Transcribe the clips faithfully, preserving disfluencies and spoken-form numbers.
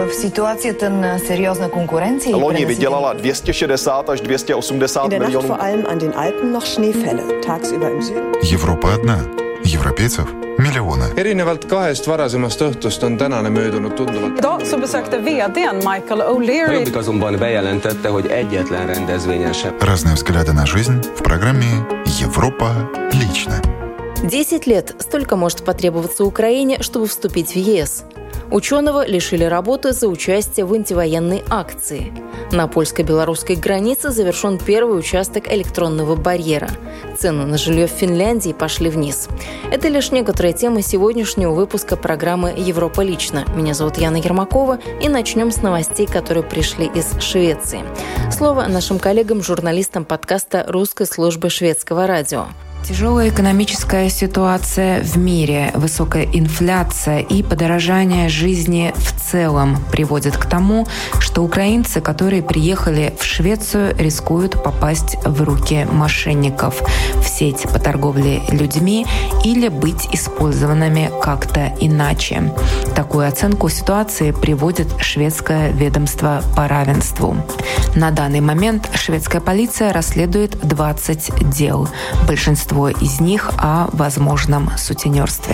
v situaci ten seriózna konkurenci. Loni vydělala dvě stě šedesát až dvě stě osmdesát milionů. vor allem an den Alpen noch Schneefälle, tagsüber im Süden. Европа одна. Европейцев миллионы. Erinevalt kahest varasemast õhtust on tänane möödunud tunduvalt. Idag så besökte V D:n Michael O'Leary. Jobbik azonban bejelentette, hogy egyetlen rendezvényen sem. Разные взгляды на жизнь в программе «Европа лично». Десять лет – столько может потребоваться Украине, чтобы вступить в ЕС. Ученого лишили работы за участие в антивоенной акции. На польско-белорусской границе завершен первый участок электронного барьера. Цены на жилье в Финляндии пошли вниз. Это лишь некоторые темы сегодняшнего выпуска программы «Европа лично». Меня зовут Яна Ермакова, и начнем с новостей, которые пришли из Швеции. Слово нашим коллегам, журналистам подкаста русской службы шведского радио. Тяжелая экономическая ситуация в мире, высокая инфляция и подорожание жизни в целом приводят к тому, что украинцы, которые приехали в Швецию, рискуют попасть в руки мошенников, в сеть по торговле людьми или быть использованными как-то иначе. Такую оценку ситуации приводит шведское ведомство по равенству. На данный момент шведская полиция расследует двадцать дел. Большинство из них о возможном сутенерстве.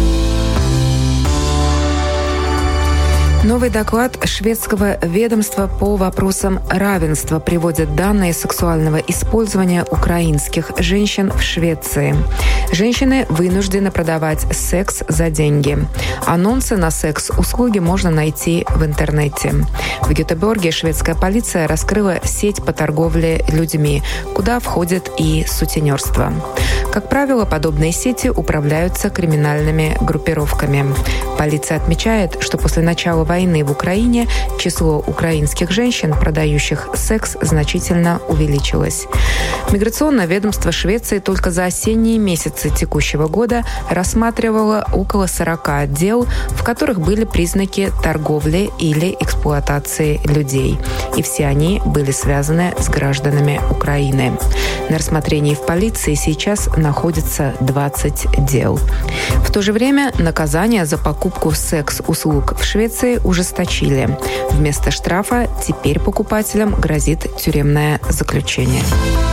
Новый доклад шведского ведомства по вопросам равенства приводит данные сексуального использования украинских женщин в Швеции. Женщины вынуждены продавать секс за деньги. Анонсы на секс-услуги можно найти в интернете. В Гетеборге шведская полиция раскрыла сеть по торговле людьми, куда входит и сутенерство. Как правило, подобные сети управляются криминальными группировками. Полиция отмечает, что после начала войны в Украине число украинских женщин, продающих секс, значительно увеличилось. Миграционное ведомство Швеции только за осенние месяцы текущего года рассматривало около сорока дел, в которых были признаки торговли или эксплуатации людей. И все они были связаны с гражданами Украины. На рассмотрении в полиции сейчас находится двадцать дел. В то же время наказание за покупку секс-услуг в Швеции ужесточили. Вместо штрафа теперь покупателям грозит тюремное заключение.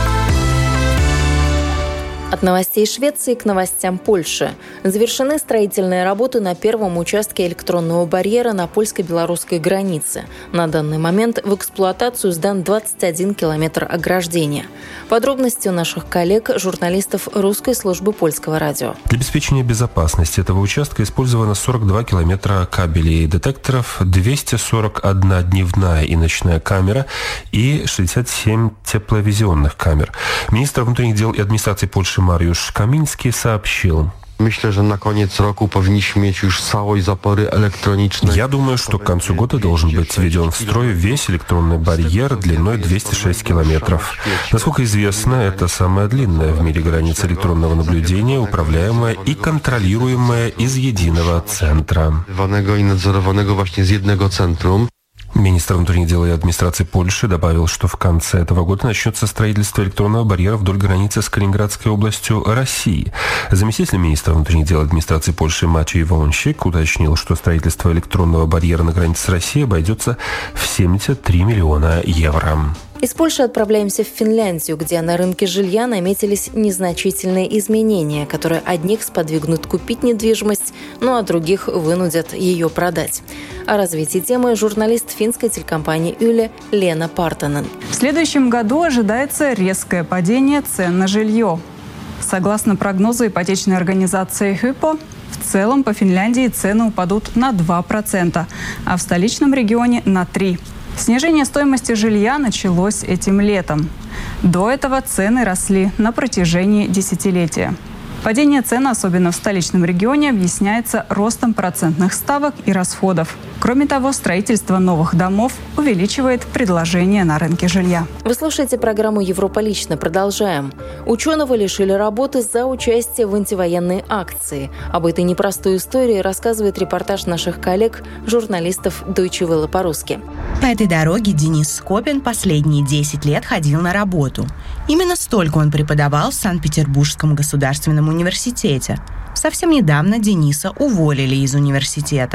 От новостей Швеции к новостям Польши. Завершены строительные работы на первом участке электронного барьера на польско-белорусской границе. На данный момент в эксплуатацию сдан двадцать один километр ограждения. Подробности у наших коллег, журналистов русской службы польского радио. Для обеспечения безопасности этого участка использовано сорок два километра кабелей и детекторов, двести сорок одна дневная и ночная камера и шестьдесят семь тепловизионных камер. Министр внутренних дел и администрации Польши Mariusz Kamiński сообщил: Myślę, że na koniec roku powinniśmy mieć już całość zapory elektronicznej. Я думаю, что к концу года должен быть введен в строй весь электронный барьер длиной двести шесть километров. Насколько известно, это самая длинная в мире граница электронного наблюдения, управляемая и контролируемая из единого центра. И надзорованного właśnie z jednego centrum. Министр внутренних дел и администрации Польши добавил, что в конце этого года начнется строительство электронного барьера вдоль границы с Калининградской областью России. Заместитель министра внутренних дел и администрации Польши Maciej Wąsik уточнил, что строительство электронного барьера на границе с Россией обойдется в семьдесят три миллиона евро. Из Польши отправляемся в Финляндию, где на рынке жилья наметились незначительные изменения, которые одних сподвигнут купить недвижимость, ну а других вынудят ее продать. О развитии темы журналист финской телекомпании Yle Лена Партанен. В следующем году ожидается резкое падение цен на жилье. Согласно прогнозу ипотечной организации Hypo, в целом по Финляндии цены упадут на два процента, а в столичном регионе на три процента. Снижение стоимости жилья началось этим летом. До этого цены росли на протяжении десятилетия. Падение цен, особенно в столичном регионе, объясняется ростом процентных ставок и расходов. Кроме того, строительство новых домов увеличивает предложение на рынке жилья. Вы слушаете программу «Европа лично». Продолжаем. Ученого лишили работы за участие в антивоенной акции. Об этой непростой истории рассказывает репортаж наших коллег, журналистов Deutsche Welle по-русски. По этой дороге Денис Скопин последние десять лет ходил на работу. Именно столько он преподавал в Санкт-Петербургском государственном университете. Совсем недавно Дениса уволили из университета.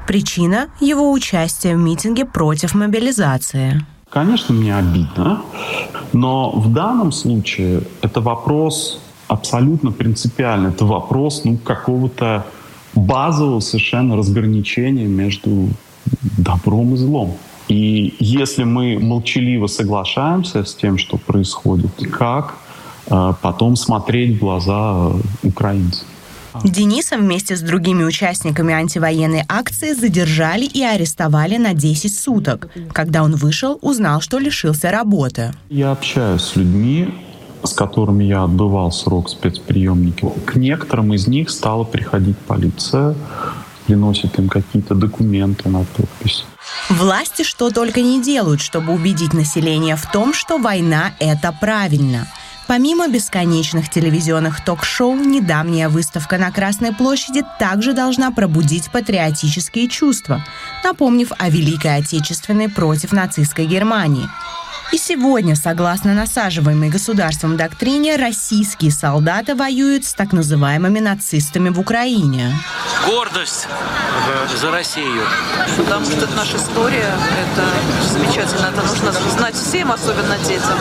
Причина – его участие в митинге против мобилизации. Конечно, мне обидно, но в данном случае это вопрос абсолютно принципиальный. Это вопрос ну, какого-то базового совершенно разграничения между добром и злом. И если мы молчаливо соглашаемся с тем, что происходит, как э, потом смотреть в глаза украинцам? Дениса вместе с другими участниками антивоенной акции задержали и арестовали на десять суток. Когда он вышел, узнал, что лишился работы. Я общаюсь с людьми, с которыми я отбывал срок спецприемника. К некоторым из них стала приходить полиция, приносит им какие-то документы на подпись. Власти что только не делают, чтобы убедить население в том, что война – это правильно. Помимо бесконечных телевизионных ток-шоу, недавняя выставка на Красной площади также должна пробудить патриотические чувства, напомнив о Великой Отечественной против нацистской Германии. И сегодня, согласно насаживаемой государством доктрине, российские солдаты воюют с так называемыми нацистами в Украине. Гордость за Россию. Потому что это наша история, это замечательно, это нужно знать всем, особенно детям.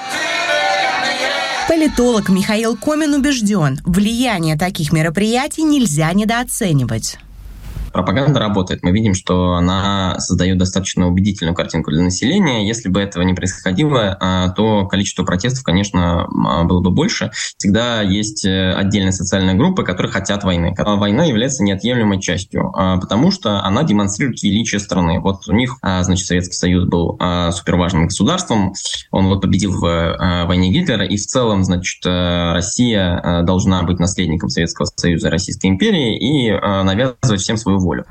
Политолог Михаил Комин убежден, влияние таких мероприятий нельзя недооценивать. Пропаганда работает. Мы видим, что она создает достаточно убедительную картинку для населения. Если бы этого не происходило, то количество протестов, конечно, было бы больше. Всегда есть отдельные социальные группы, которые хотят войны. Война является неотъемлемой частью, потому что она демонстрирует величие страны. Вот у них, значит, Советский Союз был суперважным государством, он вот победил в войне Гитлера, и в целом, значит, Россия должна быть наследником Советского Союза и Российской империи и навязывать всем свою волю.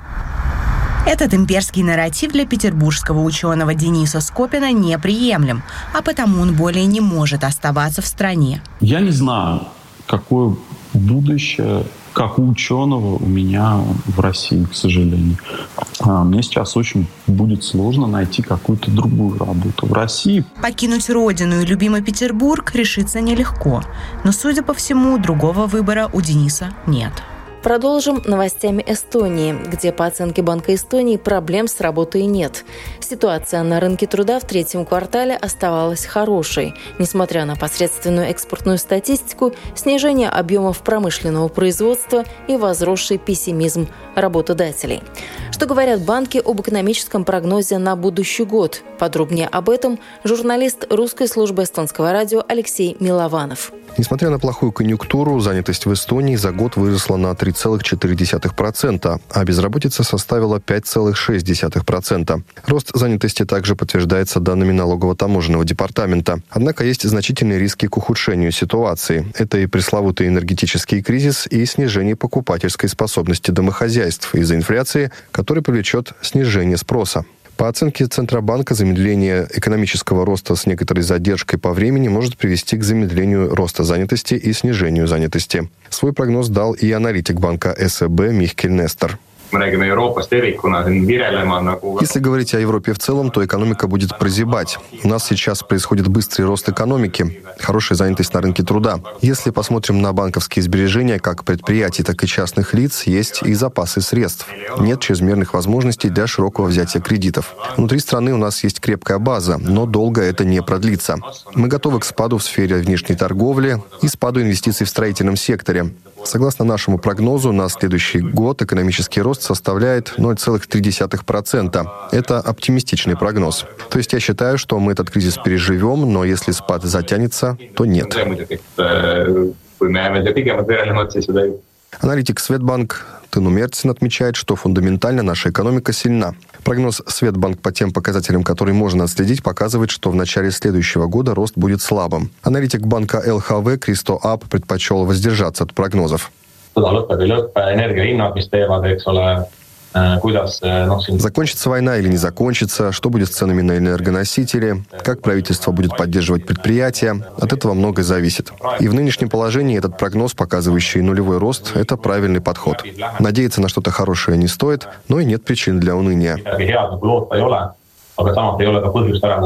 Этот имперский нарратив для петербургского ученого Дениса Скопина неприемлем, а потому он более не может оставаться в стране. Я не знаю, какое будущее, как у ученого, у меня в России, к сожалению. Мне сейчас очень будет сложно найти какую-то другую работу в России. Покинуть родину и любимый Петербург решиться нелегко, но, судя по всему, другого выбора у Дениса нет. Продолжим новостями Эстонии, где, по оценке Банка Эстонии, проблем с работой нет. Ситуация на рынке труда в третьем квартале оставалась хорошей. Несмотря на посредственную экспортную статистику, снижение объемов промышленного производства и возросший пессимизм работодателей. Что говорят банки об экономическом прогнозе на будущий год? Подробнее об этом журналист русской службы эстонского радио Алексей Милованов. Несмотря на плохую конъюнктуру, занятость в Эстонии за год выросла на три целых четыре десятых процента, а безработица составила пять целых шесть десятых процента. Рост занятости также подтверждается данными налогово-таможенного департамента. Однако есть значительные риски к ухудшению ситуации. Это и пресловутый энергетический кризис, и снижение покупательской способности домохозяйств из-за инфляции, который повлечет снижение спроса. По оценке Центробанка, замедление экономического роста с некоторой задержкой по времени может привести к замедлению роста занятости и снижению занятости. Свой прогноз дал и аналитик банка эс э бэ Михкель Нестор. Если говорить о Европе в целом, то экономика будет прозябать. У нас сейчас происходит быстрый рост экономики, хорошая занятость на рынке труда. Если посмотрим на банковские сбережения как предприятий, так и частных лиц, есть и запасы средств. Нет чрезмерных возможностей для широкого взятия кредитов. Внутри страны у нас есть крепкая база, но долго это не продлится. Мы готовы к спаду в сфере внешней торговли и спаду инвестиций в строительном секторе. Согласно нашему прогнозу, на следующий год экономический рост составляет ноль целых три десятых процента. Это оптимистичный прогноз. То есть я считаю, что мы этот кризис переживем, но если спад затянется, то нет. Аналитик Светбанк Тыну Мерцин отмечает, что фундаментально наша экономика сильна. Прогноз Светбанк по тем показателям, которые можно отследить, показывает, что в начале следующего года рост будет слабым. Аналитик банка эл ха вэ Кристо Ап предпочел воздержаться от прогнозов. Закончится война или не закончится, что будет с ценами на энергоносители, как правительство будет поддерживать предприятия, от этого многое зависит. И в нынешнем положении этот прогноз, показывающий нулевой рост, это правильный подход. Надеяться на что-то хорошее не стоит, но и нет причин для уныния.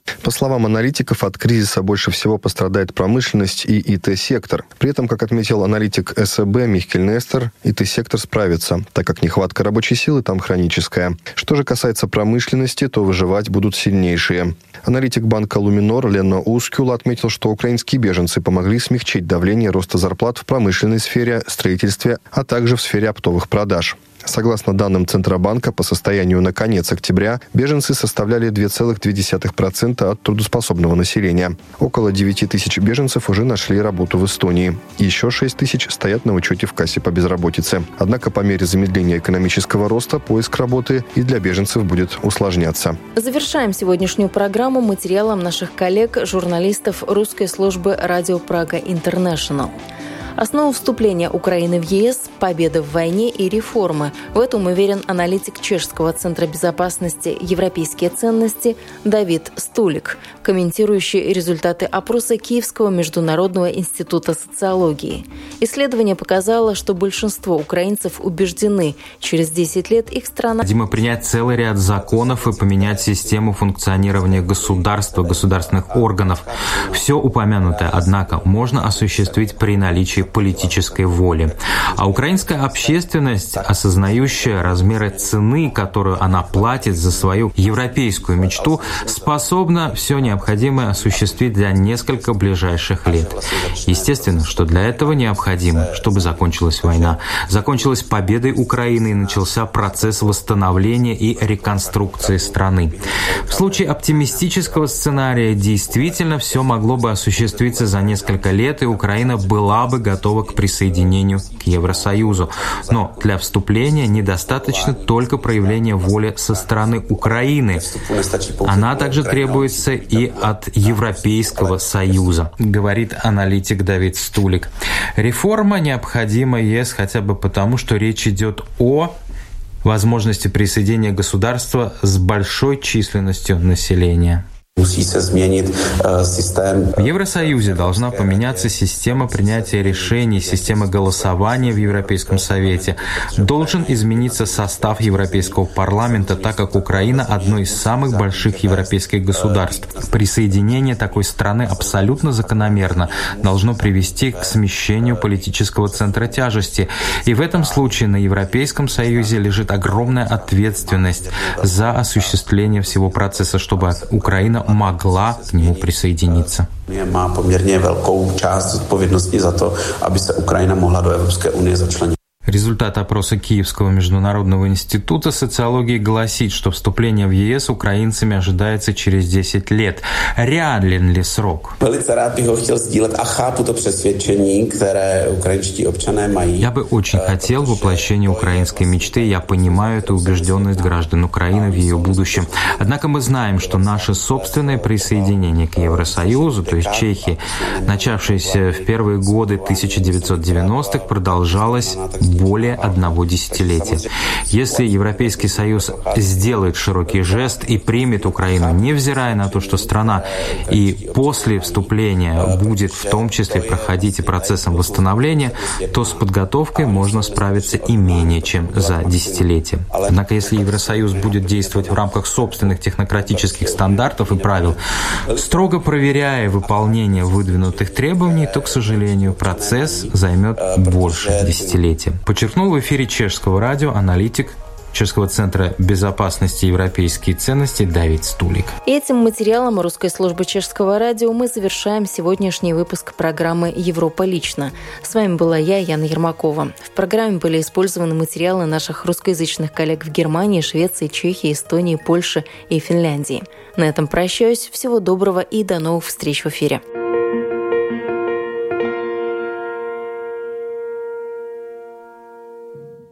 По словам аналитиков, от кризиса больше всего пострадает промышленность и И Т-сектор. При этом, как отметил аналитик Эс Э Бэ Михкель Нестер, И Т-сектор справится, так как нехватка рабочей силы там хроническая. Что же касается промышленности, то выживать будут сильнейшие. Аналитик банка Луминор Ленно Ускюл отметил, что украинские беженцы помогли смягчить давление роста зарплат в промышленной сфере, строительстве, а также в сфере оптовых продаж. Согласно данным Центробанка, по состоянию на конец октября беженцы составляли два целых две десятых процента от трудоспособного населения. Около девять тысяч беженцев уже нашли работу в Эстонии. Еще шесть тысяч стоят на учете в кассе по безработице. Однако по мере замедления экономического роста поиск работы и для беженцев будет усложняться. Завершаем сегодняшнюю программу материалом наших коллег, журналистов русской службы «Радио Прага Интернешнл». Основа вступления Украины в Е Эс – победа в войне и реформы. В этом уверен аналитик Чешского центра безопасности «Европейские ценности» Давид Стулик, комментирующий результаты опроса Киевского международного института социологии. Исследование показало, что большинство украинцев убеждены, через десять лет их страна... Необходимо принять целый ряд законов и поменять систему функционирования государства, государственных органов. Все упомянутое, однако, можно осуществить при наличии политической воли. А украинская общественность, осознающая размеры цены, которую она платит за свою европейскую мечту, способна все необходимое осуществить для нескольких ближайших лет. Естественно, что для этого необходимо, чтобы закончилась война, закончилась победой Украины и начался процесс восстановления и реконструкции страны. В случае оптимистического сценария действительно все могло бы осуществиться за несколько лет, и Украина была бы готова готова к присоединению к Евросоюзу. Но для вступления недостаточно только проявления воли со стороны Украины. Она также требуется и от Европейского Союза, говорит аналитик Давид Стулик. Реформа необходима Е ЭС хотя бы потому, что речь идет о возможности присоединения государства с большой численностью населения. В Евросоюзе должна поменяться система принятия решений, система голосования в Европейском Совете. Должен измениться состав Европейского парламента, так как Украина – одно из самых больших европейских государств. Присоединение такой страны абсолютно закономерно должно привести к смещению политического центра тяжести. И в этом случае на Европейском Союзе лежит огромная ответственность за осуществление всего процесса, чтобы Украина могла к нему присоединиться. Má poměrně velkou část odpovědnosti za to, aby se Ukrajina mohla do Evropské unie začlenit. Результат опроса Киевского международного института социологии гласит, что вступление в Е Эс украинцами ожидается через десять лет. Реален ли срок? Я бы очень хотел воплощения украинской мечты. Я понимаю эту убежденность граждан Украины в ее будущем. Однако мы знаем, что наше собственное присоединение к Евросоюзу, то есть Чехии, начавшееся в первые годы тысяча девятьсот девяностых, продолжалось более одного десятилетия. Если Европейский Союз сделает широкий жест и примет Украину, невзирая на то, что страна и после вступления будет в том числе проходить и процессом восстановления, то с подготовкой можно справиться и менее чем за десятилетие. Однако если Евросоюз будет действовать в рамках собственных технократических стандартов и правил, строго проверяя выполнение выдвинутых требований, то, к сожалению, процесс займет больше десятилетия. Подчеркнул в эфире Чешского радио аналитик Чешского центра безопасности и европейские ценности Давид Стулик. Этим материалом русской службы Чешского радио мы завершаем сегодняшний выпуск программы «Европа лично». С вами была я, Яна Ермакова. В программе были использованы материалы наших русскоязычных коллег в Германии, Швеции, Чехии, Эстонии, Польше и Финляндии. На этом прощаюсь. Всего доброго и до новых встреч в эфире.